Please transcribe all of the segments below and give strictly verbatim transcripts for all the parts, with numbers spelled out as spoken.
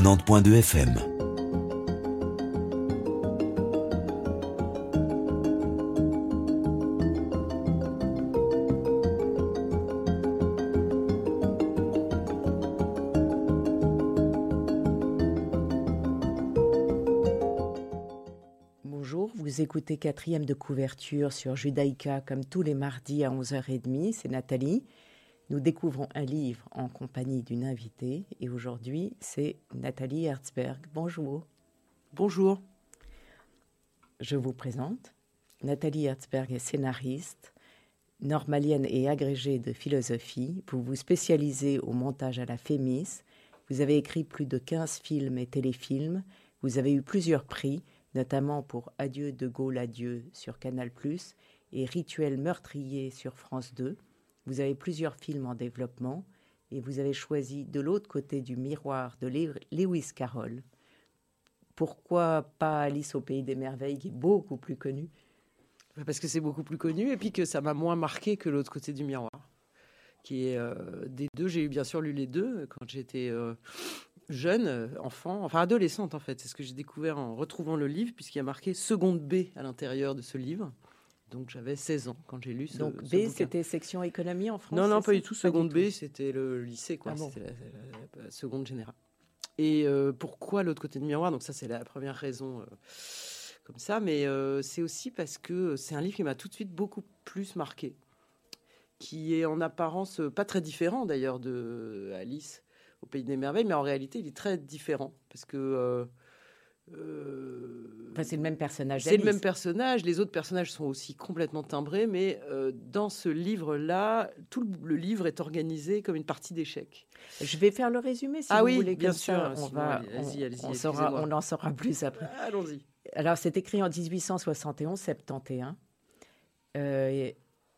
quatre-vingt-dix point deux F M. Bonjour, vous écoutez quatrième de couverture sur Judaïka comme tous les mardis à onze heures trente, c'est Nathalie. Nous découvrons un livre en compagnie d'une invitée et aujourd'hui c'est Nathalie Herzberg. Bonjour. Bonjour. Je vous présente. Nathalie Herzberg est scénariste, normalienne et agrégée de philosophie. Vous vous spécialisez au montage à la Fémis. Vous avez écrit plus de quinze films et téléfilms. Vous avez eu plusieurs prix, notamment pour Adieu de Gaulle, adieu sur Canal plus, et Rituel meurtrier sur France deux. Vous avez plusieurs films en développement et vous avez choisi De l'autre côté du miroir de Lewis Carroll. Pourquoi pas Alice au pays des merveilles, qui est beaucoup plus connu? Parce que c'est beaucoup plus connu et puis que ça m'a moins marqué que L'autre côté du miroir. Qui est euh, des deux, j'ai bien sûr lu les deux quand j'étais euh, jeune, enfant, enfin adolescente en fait. C'est ce que j'ai découvert en retrouvant le livre, puisqu'il y a marqué seconde B à l'intérieur de ce livre. Donc j'avais seize ans quand j'ai lu ce Donc ce B, bouquin. C'était section économie en France? Non, non, pas ça du tout. Seconde du B, tout. c'était le lycée, quoi. Ah bon. C'était la, la, la seconde générale. Et euh, pourquoi L'autre côté du miroir? Donc ça, c'est la première raison euh, comme ça. Mais euh, c'est aussi parce que c'est un livre qui m'a tout de suite beaucoup plus marqué, qui est en apparence pas très différent d'ailleurs de Alice au pays des merveilles, mais en réalité, il est très différent parce que euh, Euh... Enfin, c'est le même personnage. C'est le même personnage. Les autres personnages sont aussi complètement timbrés, mais euh, dans ce livre-là, tout le, le livre est organisé comme une partie d'échecs. Je vais faire le résumé si ah vous oui, voulez. bien comme sûr. Ça, on sinon, va, allez-y, allez-y, on, saura, on en saura plus après. Allons-y. Alors, c'est écrit en dix-huit cent soixante et onze, soixante et onze. Euh,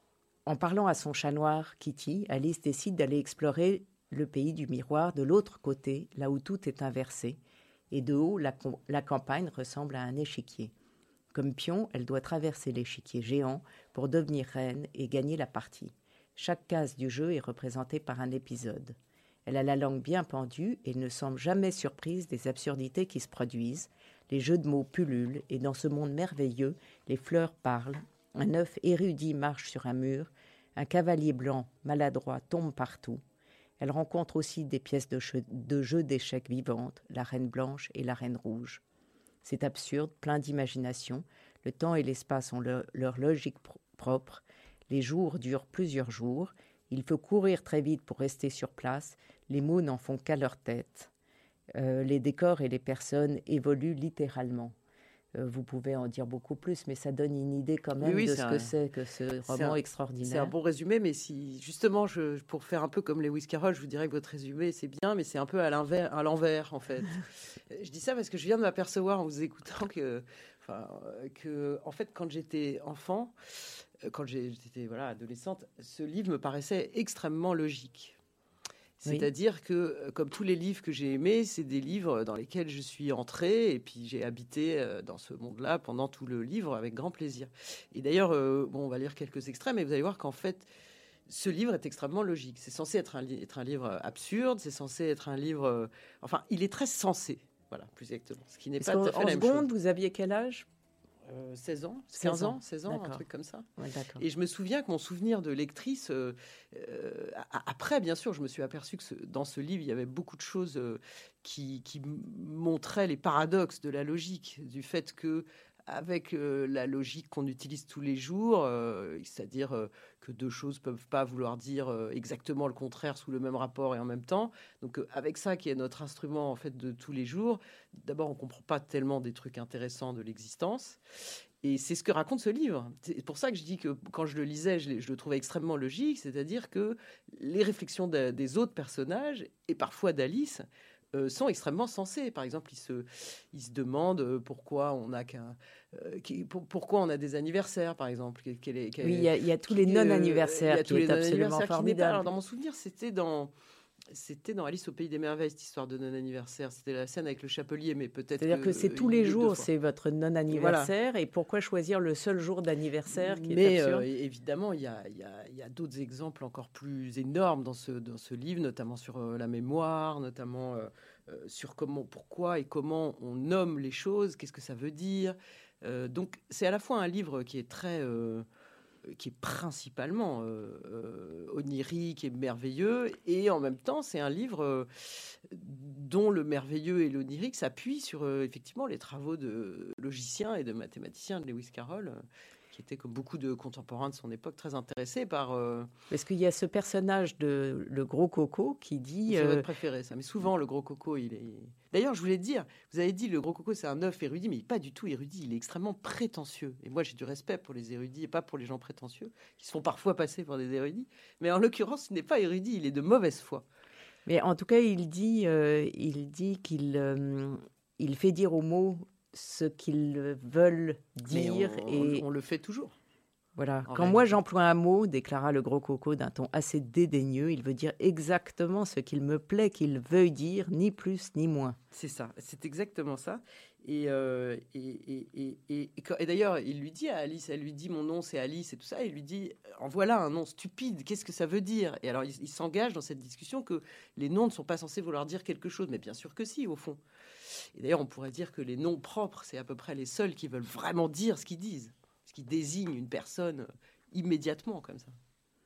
en parlant à son chat noir, Kitty, Alice décide d'aller explorer le pays du miroir de l'autre côté, là où tout est inversé. Et de haut, la, la campagne ressemble à un échiquier. Comme pion, elle doit traverser l'échiquier géant pour devenir reine et gagner la partie. Chaque case du jeu est représentée par un épisode. Elle a la langue bien pendue et ne semble jamais surprise des absurdités qui se produisent. Les jeux de mots pullulent et dans ce monde merveilleux, les fleurs parlent. Un œuf érudit marche sur un mur. Un cavalier blanc maladroit tombe partout. Elle rencontre aussi des pièces de jeu, de jeux d'échecs vivantes, la Reine Blanche et la Reine Rouge. C'est absurde, plein d'imagination. Le temps et l'espace ont leur, leur logique pro- propre. Les jours durent plusieurs jours. Il faut courir très vite pour rester sur place. Les mots n'en font qu'à leur tête. Euh, les décors et les personnes évoluent littéralement. Euh, vous pouvez en dire beaucoup plus, mais ça donne une idée quand même oui, oui, de ce un, que c'est que ce roman un, extraordinaire. C'est un bon résumé, mais si justement, je, pour faire un peu comme Lewis Carroll, je vous dirais que votre résumé c'est bien, mais c'est un peu à l'envers, à l'envers en fait. Je dis ça parce que je viens de m'apercevoir en vous écoutant que, enfin, que en fait, quand j'étais enfant, quand j'étais voilà adolescente, ce livre me paraissait extrêmement logique. C'est-à-dire oui. que, comme tous les livres que j'ai aimés, c'est des livres dans lesquels je suis entrée et puis j'ai habité dans ce monde-là pendant tout le livre avec grand plaisir. Et d'ailleurs, euh, bon, on va lire quelques extraits, mais vous allez voir qu'en fait, ce livre est extrêmement logique. C'est censé être un, li- être un livre absurde, c'est censé être un livre... Euh, enfin, il est très sensé, voilà, plus exactement. Ce qui n'est pas tout à fait en la même seconde, chose. vous aviez quel âge? Euh, seize ans, quinze ans, seize ans, d'accord. Un truc comme ça. Ouais, et je me souviens que mon souvenir de lectrice, euh, euh, après, bien sûr, je me suis aperçue que ce, dans ce livre, il y avait beaucoup de choses euh, qui, qui montraient les paradoxes de la logique, du fait que avec euh, la logique qu'on utilise tous les jours, euh, c'est-à-dire euh, que deux choses peuvent pas vouloir dire euh, exactement le contraire sous le même rapport et en même temps. Donc euh, avec ça qui est notre instrument en fait de tous les jours, d'abord on comprend pas tellement des trucs intéressants de l'existence. Et c'est ce que raconte ce livre. C'est pour ça que je dis que quand je le lisais, je, je le trouvais extrêmement logique, c'est-à-dire que les réflexions de, des autres personnages et parfois d'Alice Euh, sont extrêmement sensés. Par exemple, ils se, ils se demandent pourquoi on a qu'un, euh, qui, pour, pourquoi on a des anniversaires, par exemple. Quel est, quel oui, il y, y a tous les non-anniversaires, euh, qui est absolument formidable. Alors, dans mon souvenir, c'était dans C'était dans Alice au Pays des Merveilles, cette histoire de non-anniversaire. C'était la scène avec le chapelier, mais peut-être... C'est-à-dire que, que c'est tous les jours, c'est votre non-anniversaire. Voilà. Et pourquoi choisir le seul jour d'anniversaire qui mais, est absurde ? euh, évidemment, il y a, y, a, y a d'autres exemples encore plus énormes dans ce, dans ce livre, notamment sur euh, la mémoire, notamment euh, euh, sur comment, pourquoi et comment on nomme les choses, qu'est-ce que ça veut dire. Euh, donc, c'est à la fois un livre qui est très... Euh, qui est principalement euh, euh, onirique et merveilleux, et en même temps, c'est un livre euh, dont le merveilleux et l'onirique s'appuient sur euh, effectivement les travaux de logiciens et de mathématiciens de Lewis Carroll, euh, qui était, comme beaucoup de contemporains de son époque, très intéressés par... Euh... Parce qu'il y a ce personnage de le gros coco qui dit... C'est euh... votre préféré, ça. Mais souvent, le gros coco, il est... D'ailleurs, je voulais te dire, vous avez dit le gros coco, c'est un œuf érudit, mais il n'est pas du tout érudit. Il est extrêmement prétentieux. Et moi, j'ai du respect pour les érudits et pas pour les gens prétentieux, qui se font parfois passer pour des érudits. Mais en l'occurrence, il n'est pas érudit, il est de mauvaise foi. Mais en tout cas, il dit, euh, il dit qu'il euh, il fait dire aux mots ce qu'ils veulent dire. On, et on, on le fait toujours. Voilà. Quand réalité. Moi j'emploie un mot, déclara le gros coco d'un ton assez dédaigneux, il veut dire exactement ce qu'il me plaît qu'il veuille dire, ni plus ni moins. C'est ça, c'est exactement ça. Et, euh, et, et, et, et, et d'ailleurs, il lui dit à Alice, elle lui dit mon nom c'est Alice et tout ça, il lui dit en voilà un nom stupide, qu'est-ce que ça veut dire ? Et alors il, il s'engage dans cette discussion que les noms ne sont pas censés vouloir dire quelque chose, mais bien sûr que si, au fond. Et d'ailleurs, on pourrait dire que les noms propres, c'est à peu près les seuls qui veulent vraiment dire ce qu'ils disent. Qui désigne une personne immédiatement comme ça.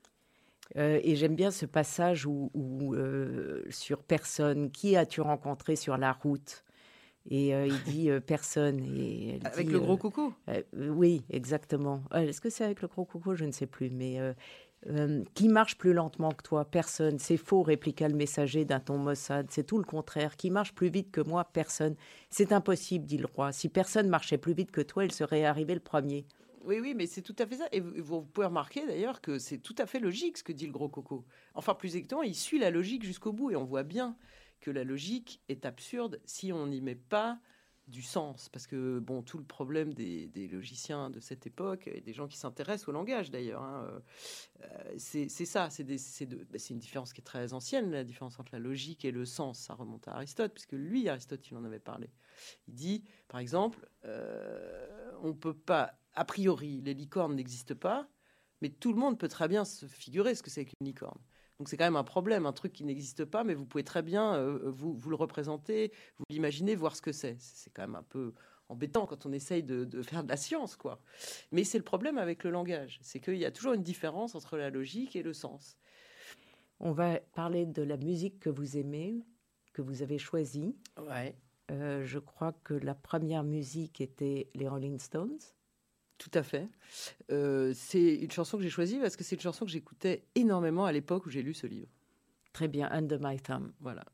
Euh, et j'aime bien ce passage où, où euh, sur personne, qui as-tu rencontré sur la route ? Et euh, il dit euh, personne. Et elle avec dit, le gros euh, coco euh, Oui, exactement. Euh, est-ce que c'est avec le gros coco ? Je ne sais plus. Mais euh, euh, qui marche plus lentement que toi ? Personne. C'est faux, répliqua le messager d'un ton maussade. C'est tout le contraire. Qui marche plus vite que moi ? Personne. C'est impossible, dit le roi. Si personne marchait plus vite que toi, il serait arrivé le premier. Oui, oui, mais c'est tout à fait ça. Et vous, vous pouvez remarquer d'ailleurs que c'est tout à fait logique ce que dit le gros coco. Enfin, plus exactement, il suit la logique jusqu'au bout. Et on voit bien que la logique est absurde si on n'y met pas du sens. Parce que, bon, tout le problème des, des logiciens de cette époque, et des gens qui s'intéressent au langage d'ailleurs, hein, euh, c'est, c'est ça. C'est, des, c'est, de, bah, c'est une différence qui est très ancienne, la différence entre la logique et le sens. Ça remonte à Aristote, puisque lui, Aristote, il en avait parlé. Il dit, par exemple, euh, on ne peut pas... A priori, les licornes n'existent pas, mais tout le monde peut très bien se figurer ce que c'est qu'une licorne. Donc c'est quand même un problème, un truc qui n'existe pas, mais vous pouvez très bien euh, vous, vous le représenter, vous l'imaginez, voir ce que c'est. C'est quand même un peu embêtant quand on essaye de, de faire de la science, quoi. Mais c'est le problème avec le langage, c'est qu'il y a toujours une différence entre la logique et le sens. On va parler de la musique que vous aimez, que vous avez choisie. Ouais. Euh, je crois que la première musique était les Rolling Stones. Tout à fait. Euh, c'est une chanson que j'ai choisie parce que c'est une chanson que j'écoutais énormément à l'époque où j'ai lu ce livre. Très bien, Under My Thumb. Voilà.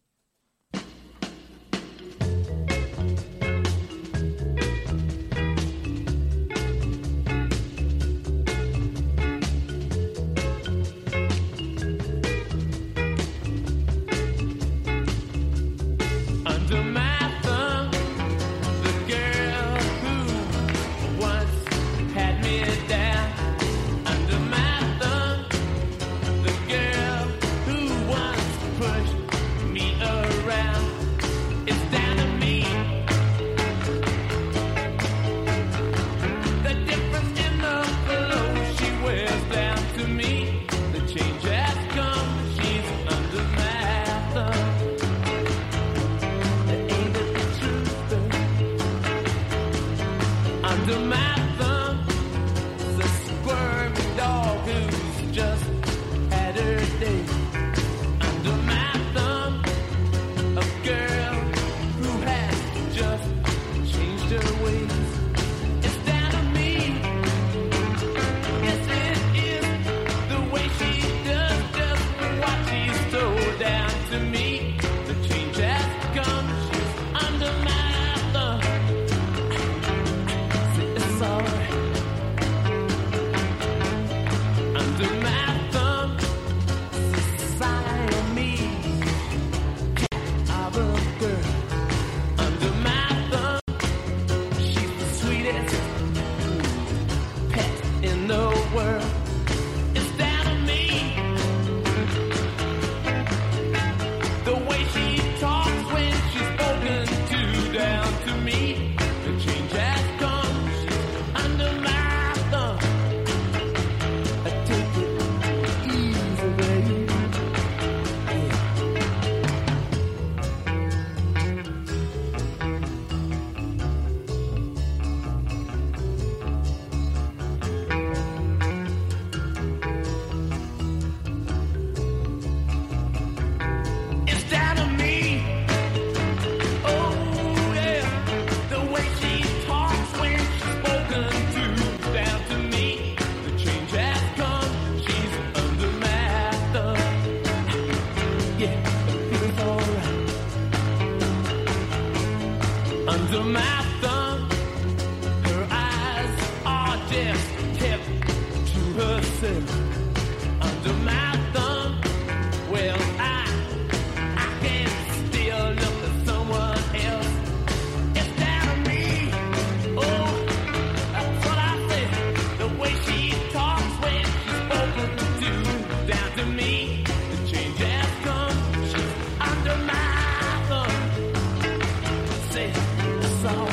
under my thumb. Her eyes are just kept to herself. Under my thumb, well, I, I can still look at someone else instead of me. Oh, that's what I said. The way she talks when she's spoken to, down to me, the change has come. She's under my thumb. Say, sorry.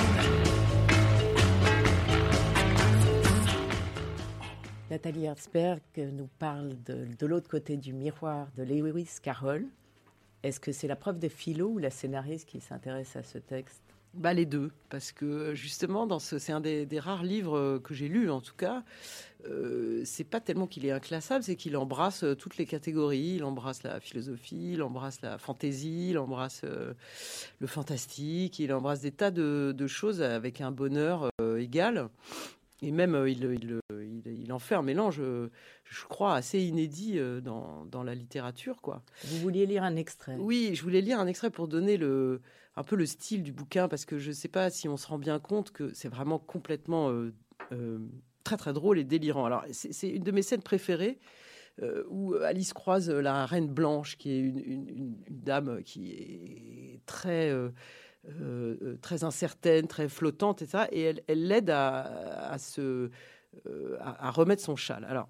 Nathalie Herzberg nous parle de, de l'autre côté du miroir de Lewis Carroll. Est-ce que c'est la prof de philo ou la scénariste qui s'intéresse à ce texte ? Bah, les deux, parce que justement, dans ce, c'est un des, des rares livres que j'ai lus, en tout cas. Euh, c'est pas tellement qu'il est inclassable, c'est qu'il embrasse toutes les catégories. Il embrasse la philosophie, il embrasse la fantaisie, il embrasse euh, le fantastique, il embrasse des tas de, de choses avec un bonheur euh, égal. Et même, euh, il, il, il, il en fait un mélange, euh, je crois, assez inédit euh, dans, dans la littérature, quoi. Vous vouliez lire un extrait ? Oui, je voulais lire un extrait pour donner le, un peu le style du bouquin, parce que je ne sais pas si on se rend bien compte que c'est vraiment complètement euh, euh, très, très drôle et délirant. Alors, c'est, c'est une de mes scènes préférées, euh, où Alice croise la Reine Blanche, qui est une, une, une, une dame qui est très... Euh, Euh, très incertaine, très flottante, et cetera. Et elle, elle l'aide à, à, se, euh, à, à remettre son châle. Alors,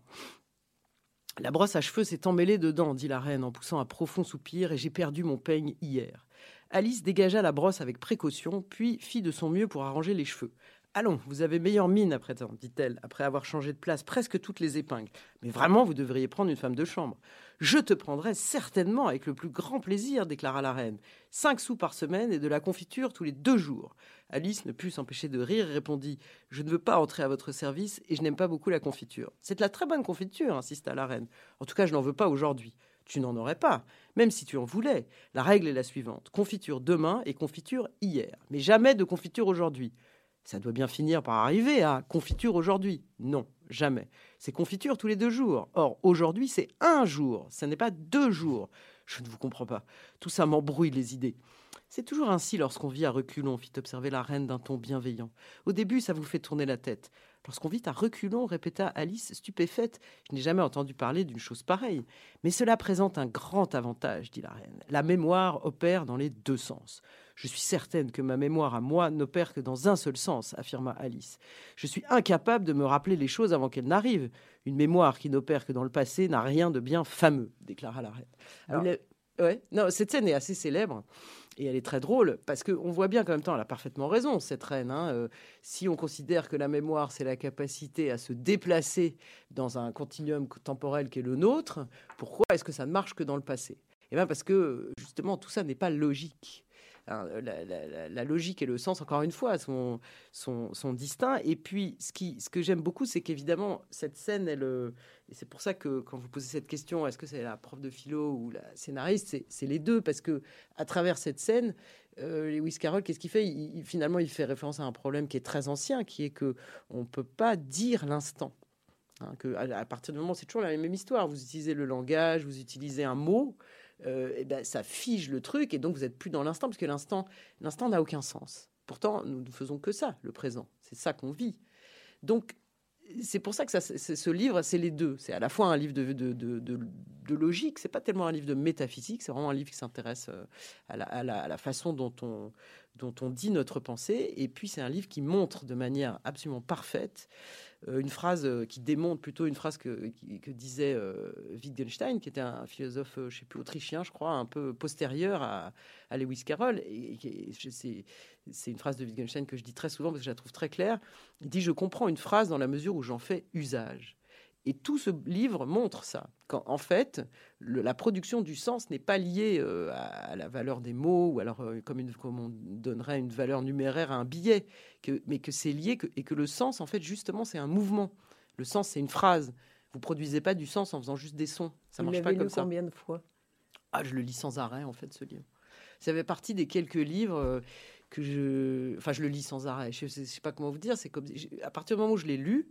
la brosse à cheveux s'est emmêlée dedans, dit la reine en poussant un profond soupir, et j'ai perdu mon peigne hier. Alice dégagea la brosse avec précaution, puis fit de son mieux pour arranger les cheveux. Allons, vous avez meilleure mine à présent, dit-elle, après avoir changé de place presque toutes les épingles. Mais vraiment, vous devriez prendre une femme de chambre. Je te prendrai certainement avec le plus grand plaisir, déclara la reine. Cinq sous par semaine et de la confiture tous les deux jours. Alice ne put s'empêcher de rire et répondit « Je ne veux pas entrer à votre service et je n'aime pas beaucoup la confiture. »« C'est de la très bonne confiture, insista la reine. En tout cas, je n'en veux pas aujourd'hui. » Tu n'en aurais pas, même si tu en voulais. La règle est la suivante. Confiture demain et confiture hier. Mais jamais de confiture aujourd'hui. Ça doit bien finir par arriver à confiture aujourd'hui. Non, jamais. C'est confiture tous les deux jours. Or, aujourd'hui, c'est un jour. Ce n'est pas deux jours. Je ne vous comprends pas. Tout ça m'embrouille les idées. C'est toujours ainsi lorsqu'on vit à reculons, fit observer la reine d'un ton bienveillant. Au début, ça vous fait tourner la tête. Lorsqu'on vit à reculons, répéta Alice, stupéfaite. Je n'ai jamais entendu parler d'une chose pareille. Mais cela présente un grand avantage, dit la reine. La mémoire opère dans les deux sens. Je suis certaine que ma mémoire à moi n'opère que dans un seul sens, affirma Alice. Je suis incapable de me rappeler les choses avant qu'elles n'arrivent. Une mémoire qui n'opère que dans le passé n'a rien de bien fameux, déclara la reine. Alors, ouais, non, cette scène est assez célèbre. Et elle est très drôle, parce qu'on voit bien qu'en même temps, elle a parfaitement raison, cette reine. Hein. Euh, si on considère que la mémoire, c'est la capacité à se déplacer dans un continuum temporel qui est le nôtre, pourquoi est-ce que ça ne marche que dans le passé ? Eh bien, parce que, justement, tout ça n'est pas logique. Hein, la, la, la logique et le sens, encore une fois, sont, sont, sont distincts. Et puis, ce, qui, ce que j'aime beaucoup, c'est qu'évidemment, cette scène, elle... Et c'est pour ça que quand vous posez cette question, est-ce que c'est la prof de philo ou la scénariste, c'est, c'est les deux, parce que à travers cette scène, euh, Lewis Carroll, qu'est-ce qu'il fait ? il, il, Finalement, il fait référence à un problème qui est très ancien, qui est que on peut pas dire l'instant. Hein, que à, à partir du moment, c'est toujours la même histoire. Vous utilisez le langage, vous utilisez un mot, euh, et ben ça fige le truc, et donc vous êtes plus dans l'instant, parce que l'instant, l'instant n'a aucun sens. Pourtant, nous ne faisons que ça, le présent. C'est ça qu'on vit. Donc c'est pour ça que ça, c'est, ce livre, c'est les deux. C'est à la fois un livre de, de, de, de, de logique, c'est pas tellement un livre de métaphysique, c'est vraiment un livre qui s'intéresse à la, à la, à la façon dont on, dont on dit notre pensée. Et puis, c'est un livre qui montre de manière absolument parfaite euh, une phrase qui démontre plutôt une phrase que, qui, que disait euh, Wittgenstein, qui était un philosophe, je sais plus, autrichien, je crois, un peu postérieur à, à Lewis Carroll. Et, et c'est, c'est une phrase de Wittgenstein que je dis très souvent parce que je la trouve très claire. Il dit « Je comprends une phrase dans la mesure où j'en fais usage ». Et tout ce livre montre ça. Quand, en fait, le, la production du sens n'est pas liée euh, à, à la valeur des mots, ou alors euh, comme, une, comme on donnerait une valeur numéraire à un billet, que, mais que c'est lié, que, et que le sens, en fait, justement, c'est un mouvement. Le sens, c'est une phrase. Vous ne produisez pas du sens en faisant juste des sons. Ça ne marche pas comme ça. Vous l'avez lu combien de fois ? Ah, je le lis sans arrêt, en fait, ce livre. Ça fait partie des quelques livres... Euh, que je, enfin, je le lis sans arrêt. Je ne sais, sais pas comment vous dire. C'est comme à partir du moment où je l'ai lu,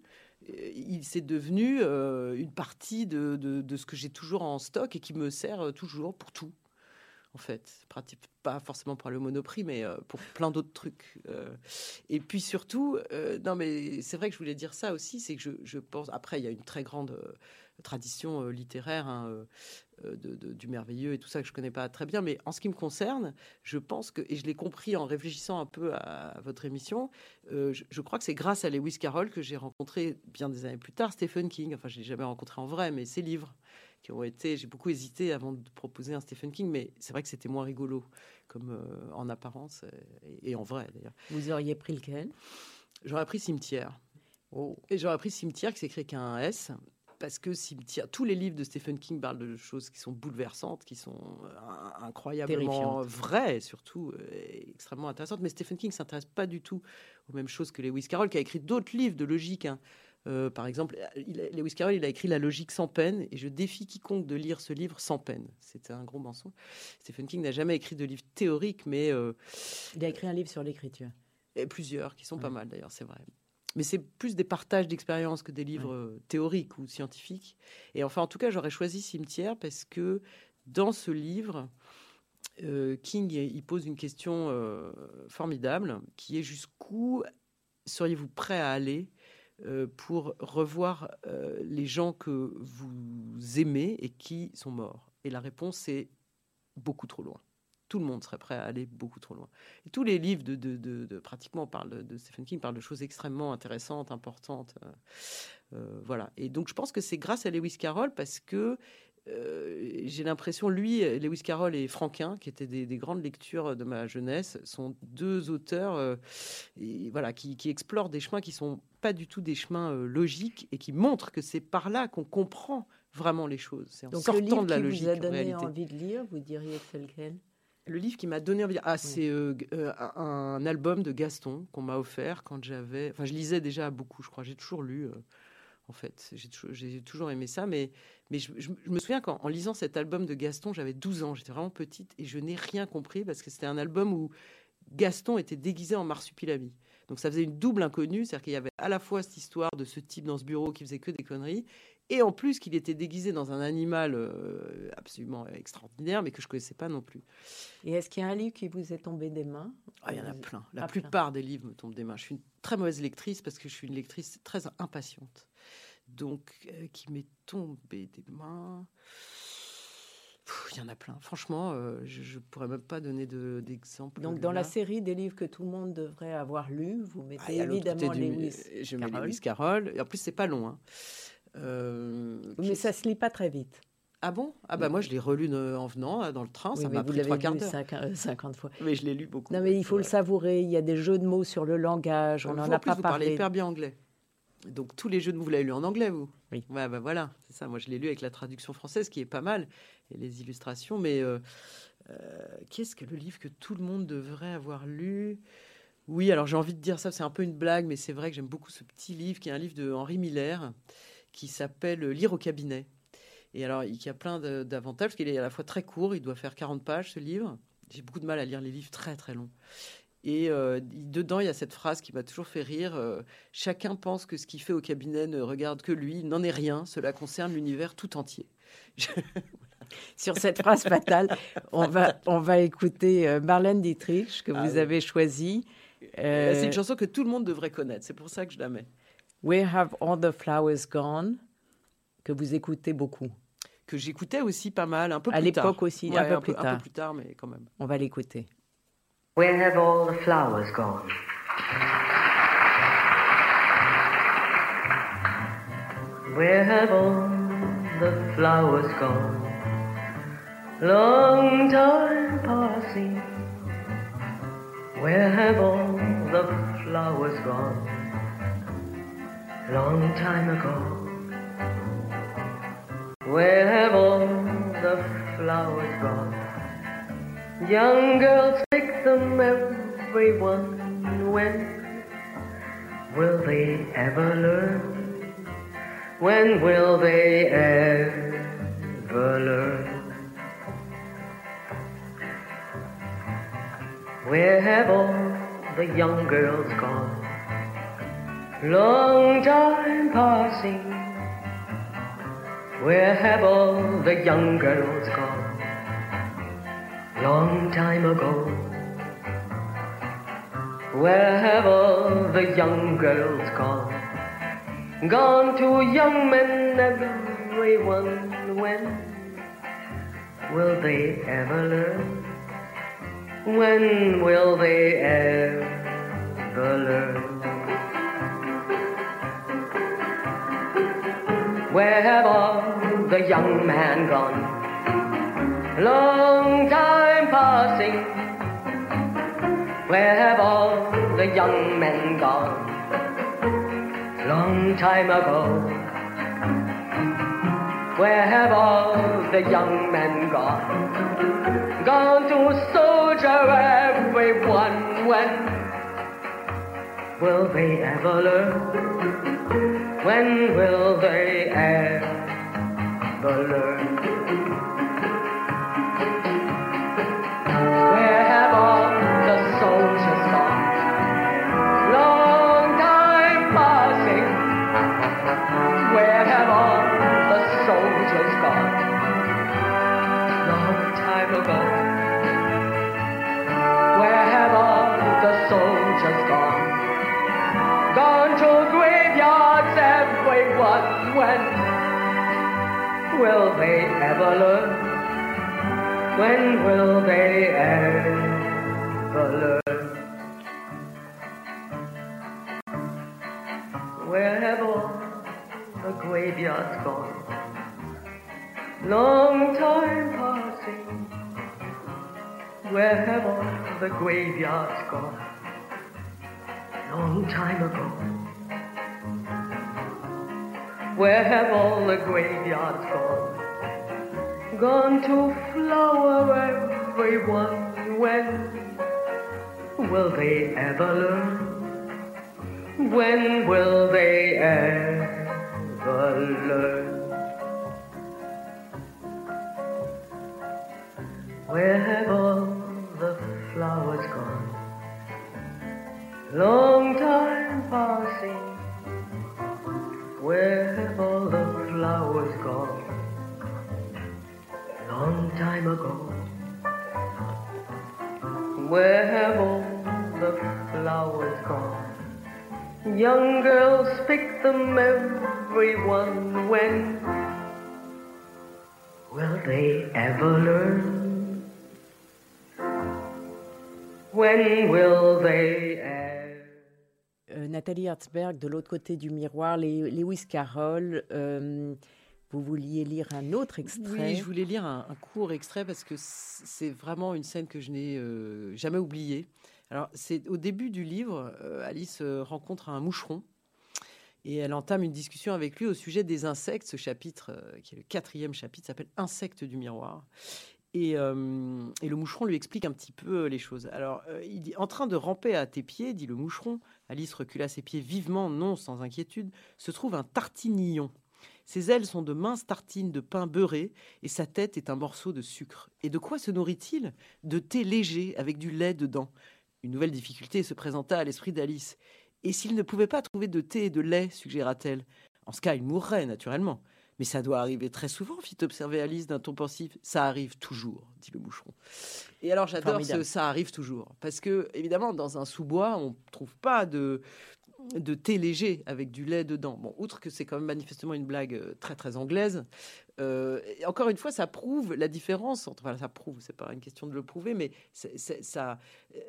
il s'est devenu euh, une partie de, de, de ce que j'ai toujours en stock et qui me sert toujours pour tout. en fait. Pratique, pas forcément pour le Monoprix, mais euh, pour plein d'autres trucs. Euh, et puis surtout, euh, non mais c'est vrai que je voulais dire ça aussi, c'est que je, je pense... Après, il y a une très grande euh, tradition euh, littéraire, hein, euh, De, de, du merveilleux et tout ça que je connais pas très bien, mais en ce qui me concerne, je pense que, et je l'ai compris en réfléchissant un peu à, à votre émission, euh, je, je crois que c'est grâce à Lewis Carroll que j'ai rencontré bien des années plus tard Stephen King. Enfin, je l'ai jamais rencontré en vrai, mais ses livres qui ont été, j'ai beaucoup hésité avant de proposer un Stephen King, mais c'est vrai que c'était moins rigolo comme euh, en apparence et, et en vrai d'ailleurs. Vous auriez pris lequel? J'aurais pris Cimetière. Oh. Et j'aurais pris Cimetière qui s'écrit qu'un S. Parce que Cimetière, tous les livres de Stephen King parlent de choses qui sont bouleversantes, qui sont euh, incroyablement vraies, et surtout euh, extrêmement intéressantes. Mais Stephen King ne s'intéresse pas du tout aux mêmes choses que Lewis Carroll, qui a écrit d'autres livres de logique. Hein. Euh, par exemple, il a, Lewis Carroll, il a écrit La logique sans peine, et je défie quiconque de lire ce livre sans peine. C'était un gros mensonge. Stephen King n'a jamais écrit de livre théorique, mais... Euh, il a écrit un livre sur l'écriture. Et plusieurs, qui sont ouais. pas mal d'ailleurs, c'est vrai. Mais c'est plus des partages d'expériences que des livres ouais. théoriques ou scientifiques. Et enfin, en tout cas, j'aurais choisi Cimetière parce que dans ce livre, euh, King il pose une question euh, formidable, qui est jusqu'où seriez-vous prêt à aller euh, pour revoir euh, les gens que vous aimez et qui sont morts? Et la réponse est beaucoup trop loin. Tout le monde serait prêt à aller beaucoup trop loin. Et tous les livres de, de, de, de pratiquement parlent de, de Stephen King parlent de choses extrêmement intéressantes, importantes. Euh, euh, voilà. Et donc je pense que c'est grâce à Lewis Carroll parce que euh, j'ai l'impression, lui, Lewis Carroll et Franquin, qui étaient des, des grandes lectures de ma jeunesse, sont deux auteurs euh, et, voilà, qui, qui explorent des chemins qui sont pas du tout des chemins euh, logiques et qui montrent que c'est par là qu'on comprend vraiment les choses. C'est en donc sortant le livre de la qui logique. Vous a donné en réalité. envie de lire, vous diriez que c'est lequel? Le livre qui m'a donné envie, ah, c'est euh, euh, un album de Gaston qu'on m'a offert quand j'avais... Enfin, je lisais déjà beaucoup, je crois. J'ai toujours lu, euh, en fait. J'ai toujours, j'ai toujours aimé ça. Mais, mais je, je, je me souviens qu'en en lisant cet album de Gaston, j'avais douze ans. J'étais vraiment petite et je n'ai rien compris parce que c'était un album où Gaston était déguisé en marsupilami. Donc, ça faisait une double inconnue. C'est-à-dire qu'il y avait à la fois cette histoire de ce type dans ce bureau qui faisait que des conneries et en plus qu'il était déguisé dans un animal euh, absolument extraordinaire, mais que je ne connaissais pas non plus. Et est-ce qu'il y a un livre qui vous est tombé des mains? Ah, il y en a plein. La ah, plupart plein. des livres me tombent des mains. Je suis une très mauvaise lectrice parce que je suis une lectrice très impatiente. Donc, euh, qui m'est tombé des mains... Il y en a plein. Franchement, euh, je ne pourrais même pas donner de, d'exemple. Donc, dans là. la série des livres que tout le monde devrait avoir lus, vous mettez ah, évidemment du, Lewis Je Carroll. mets Lewis Carroll. Et en plus, c'est pas long. Hein. Euh, mais ça se lit pas très vite. Ah bon? Ah bah moi je l'ai relu en venant dans le train, oui, ça m'a pris trois quarts d'heure. cinquante fois. Mais je l'ai lu beaucoup. Non mais il faut le savourer. Il y a des jeux de mots sur le langage. On n'en a plus, pas vous parlé. Vous parlez hyper bien anglais. Donc tous les jeux de mots vous l'avez lu en anglais vous? Oui. Ouais bah voilà, c'est ça. Moi je l'ai lu avec la traduction française qui est pas mal et les illustrations. Mais euh, euh, qu'est-ce que le livre que tout le monde devrait avoir lu? Oui, alors j'ai envie de dire ça, c'est un peu une blague, mais c'est vrai que j'aime beaucoup ce petit livre qui est un livre de Henri Miller, qui s'appelle Lire au cabinet. Et alors, il y a plein de, d'avantages, parce qu'il est à la fois très court, il doit faire quarante pages, ce livre. J'ai beaucoup de mal à lire les livres très, très longs. Et euh, dedans, il y a cette phrase qui m'a toujours fait rire. Euh, « Chacun pense que ce qu'il fait au cabinet ne regarde que lui. Il n'en est rien. Cela concerne l'univers tout entier. Je... » Sur cette phrase fatale, on va, on va écouter euh, Marlène Dietrich, que ah vous oui. avez choisie. Euh... C'est une chanson que tout le monde devrait connaître. C'est pour ça que je la mets. Where Have All the Flowers Gone, que vous écoutez beaucoup. Que j'écoutais aussi pas mal, un peu plus tard. À l'époque tard. aussi, ouais, un, peu un, plus peu, tard. un peu plus tard, mais quand même. On va l'écouter. Where have all the flowers gone? Where have all the flowers gone? Long time passing. Where have all the flowers gone? Long time ago. Where have all the flowers gone? Young girls take them, everyone. When will they ever learn? When will they ever learn? Where have all the young girls gone? Long time passing. Where have all the young girls gone? Long time ago, where have all the young girls gone? Gone to young men, everyone. When will they ever learn? When will they ever learn? Where have all the young men gone? Long time passing. Where have all the young men gone? Long time ago. Where have all the young men gone? Gone to soldier everyone. When will they ever learn? When will they ever learn? Where have all the soldiers gone? Long time passing. Where have all the soldiers gone? Long time ago. Where have all the soldiers gone? Gone to graveyards, everyone. When will they ever learn? When will they ever learn? Where have all the graveyards gone? Long time passing. Where have all the graveyards gone? Long time ago. Where have all the graveyards gone? Gone to flower everyone. When will they ever learn? When will they ever learn? Where have all the flowers gone? Long time passing. Where have all the flowers gone? Long time ago. Where have all the flowers gone? Young girls pick them, everyone. When will they ever learn? When will they ever... Euh, Nathalie Herzberg, de l'autre côté du miroir, les, Lewis Carroll, euh, vous vouliez lire un autre extrait? Oui, je voulais lire un, un court extrait parce que c'est vraiment une scène que je n'ai euh, jamais oubliée. Alors, c'est au début du livre, euh, Alice euh, rencontre un moucheron et elle entame une discussion avec lui au sujet des insectes. Ce chapitre, euh, qui est le quatrième chapitre, s'appelle « Insectes du miroir ». Et, euh, et le moucheron lui explique un petit peu les choses. Alors, euh, il dit « En train de ramper à tes pieds, dit le moucheron. » Alice recula ses pieds vivement, non sans inquiétude. « Se trouve un tartinillon. Ses ailes sont de minces tartines de pain beurré et sa tête est un morceau de sucre. Et de quoi se nourrit-il? De thé léger avec du lait dedans. » Une nouvelle difficulté se présenta à l'esprit d'Alice. « Et s'il ne pouvait pas trouver de thé et de lait, suggéra-t-elle. En ce cas, il mourrait, naturellement. » « Mais ça doit arriver très souvent, fit observer Alice d'un ton pensif. Ça arrive toujours, dit le moucheron. Et alors, j'adore ce « ça arrive toujours ». Parce que, évidemment, dans un sous-bois, on ne trouve pas de, de thé léger avec du lait dedans. Bon, outre que c'est quand même manifestement une blague très, très anglaise. Euh, et encore une fois, ça prouve la différence entre... Enfin, ça prouve, c'est pas une question de le prouver, mais c'est, c'est, ça,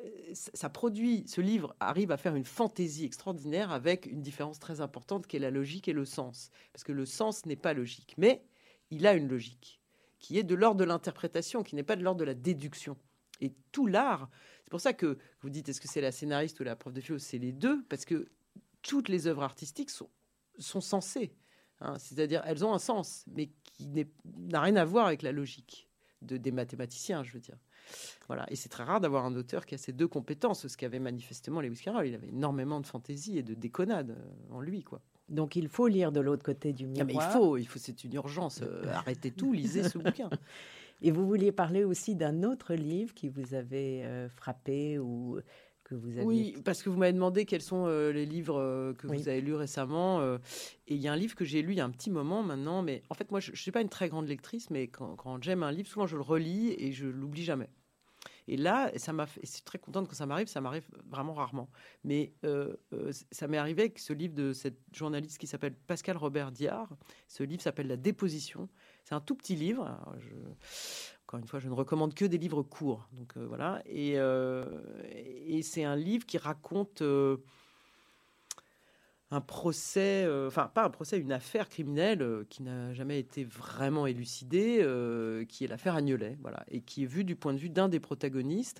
ça produit... Ce livre arrive à faire une fantaisie extraordinaire avec une différence très importante qui est la logique et le sens. Parce que le sens n'est pas logique, mais il a une logique qui est de l'ordre de l'interprétation, qui n'est pas de l'ordre de la déduction. Et tout l'art... C'est pour ça que vous dites, est-ce que c'est la scénariste ou la prof de philo? C'est les deux, parce que toutes les œuvres artistiques sont, sont censées... Hein, c'est-à-dire, elles ont un sens, mais qui n'est, n'a rien à voir avec la logique de, des mathématiciens, je veux dire. Voilà. Et c'est très rare d'avoir un auteur qui a ces deux compétences, ce qu'avait manifestement Lewis Carroll. Il avait énormément de fantaisie et de déconnade en lui, quoi. Donc, il faut lire de l'autre côté du miroir. Ah, mais il faut, il faut, c'est une urgence. Euh, arrêtez tout, lisez ce bouquin. Et vous vouliez parler aussi d'un autre livre qui vous avait euh, frappé ou... Que vous aviez... Oui, parce que vous m'avez demandé quels sont euh, les livres euh, que oui. vous avez lus récemment. Euh, et il y a un livre que j'ai lu il y a un petit moment maintenant. Mais en fait, moi, je ne suis pas une très grande lectrice, mais quand, quand j'aime un livre, souvent je le relis et je ne l'oublie jamais. Et là, ça m'a fait, et c'est très contente quand ça m'arrive, ça m'arrive vraiment rarement. Mais euh, euh, ça m'est arrivé avec ce livre de cette journaliste qui s'appelle Pascal Robert Diard. Ce livre s'appelle La Déposition. C'est un tout petit livre. Alors, je... Encore une fois, je ne recommande que des livres courts. Donc euh, voilà. Et, euh, et c'est un livre qui raconte euh, un procès, euh, enfin pas un procès, une affaire criminelle euh, qui n'a jamais été vraiment élucidée, euh, qui est l'affaire Agnelet, voilà, et qui est vue du point de vue d'un des protagonistes.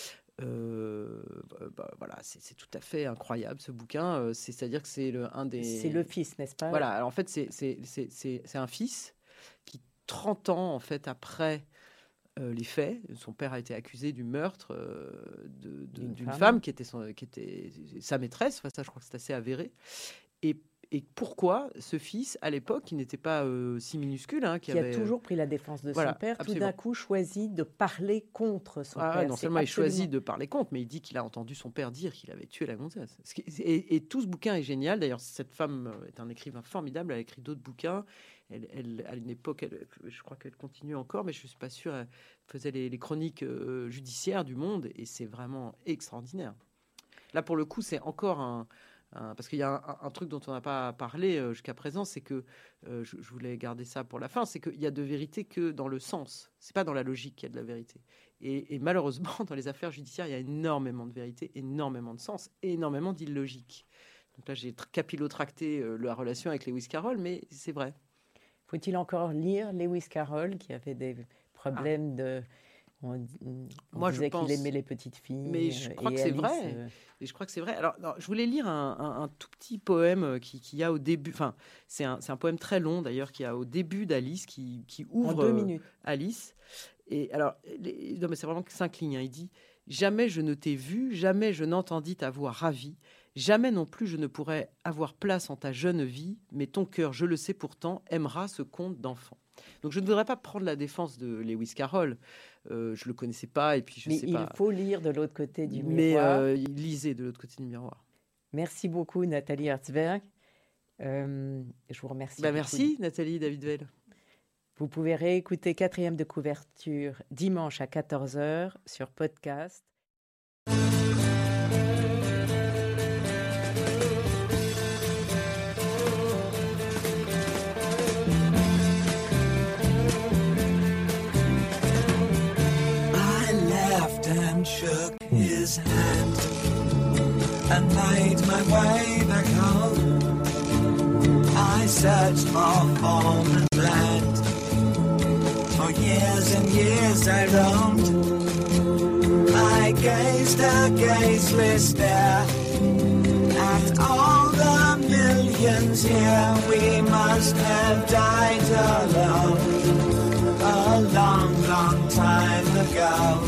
Euh, bah, voilà, c'est, c'est tout à fait incroyable ce bouquin. Euh, c'est, c'est-à-dire que c'est le, un des. C'est le fils, n'est-ce pas? Voilà. Alors en fait, c'est, c'est, c'est, c'est, c'est un fils qui, trente ans en fait après. Euh, les faits. Son père a été accusé du meurtre euh, de, de, d'une, d'une femme. femme qui était, son, qui était sa maîtresse. Enfin, ça, je crois que c'est assez avéré. Et, et pourquoi ce fils, à l'époque, qui n'était pas euh, si minuscule, hein, qui, qui avait... a toujours pris la défense de voilà, son père, absolument. tout d'un coup choisit de parler contre son ah, père. Non c'est seulement absolument... il choisit de parler contre, mais il dit qu'il a entendu son père dire qu'il avait tué la gonzesse. Et, et tout ce bouquin est génial. D'ailleurs, cette femme est un écrivain formidable. Elle a écrit d'autres bouquins. Elle, elle, à une époque, elle, je crois qu'elle continue encore, mais je ne suis pas sûre. Elle faisait les, les chroniques euh, judiciaires du Monde, et c'est vraiment extraordinaire. Là, pour le coup, c'est encore un... un parce qu'il y a un, un truc dont on n'a pas parlé euh, jusqu'à présent, c'est que, euh, je, je voulais garder ça pour la fin, c'est qu'il y a de vérité que dans le sens. C'est pas dans la logique qu'il y a de la vérité. Et, et malheureusement, dans les affaires judiciaires, il y a énormément de vérité, énormément de sens, énormément d'illogique. Donc là, j'ai capillotracté euh, la relation avec Lewis Carroll, mais c'est vrai. Faut-il encore lire Lewis Carroll, qui avait des problèmes ah. de... On, on Moi, disait je pense... qu'il aimait les petites filles. Mais je crois que c'est Alice, vrai. Euh... Et je crois que c'est vrai. Alors, non, je voulais lire un, un, un tout petit poème qui, qui y a au début. Enfin, c'est un, c'est un poème très long, d'ailleurs, qui a au début d'Alice, qui, qui ouvre en deux minutes. Alice. Et alors, les, non, mais c'est vraiment cinq lignes. Hein. Il dit « Jamais je ne t'ai vu, jamais je n'entendis ta voix ravie. Jamais non plus je ne pourrais avoir place en ta jeune vie, mais ton cœur, je le sais pourtant, aimera ce conte d'enfant. » Donc je ne voudrais pas prendre la défense de Lewis Carroll. Euh, je le connaissais pas et puis je mais sais il pas. Il faut lire de l'autre côté du mais, miroir. Mais euh, lisez de l'autre côté du miroir. Merci beaucoup Nathalie Herzberg. Euh, je vous remercie. Bah, merci Nathalie David-Weill. Vous pouvez réécouter Quatrième de couverture dimanche à quatorze heures sur podcast. Shook his hand and made my way back home. I searched for form and land. For years and years I roamed. I gazed a gazeless stare at all the millions here. We must have died alone a long, long time ago.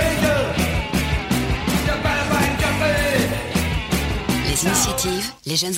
Les jeunes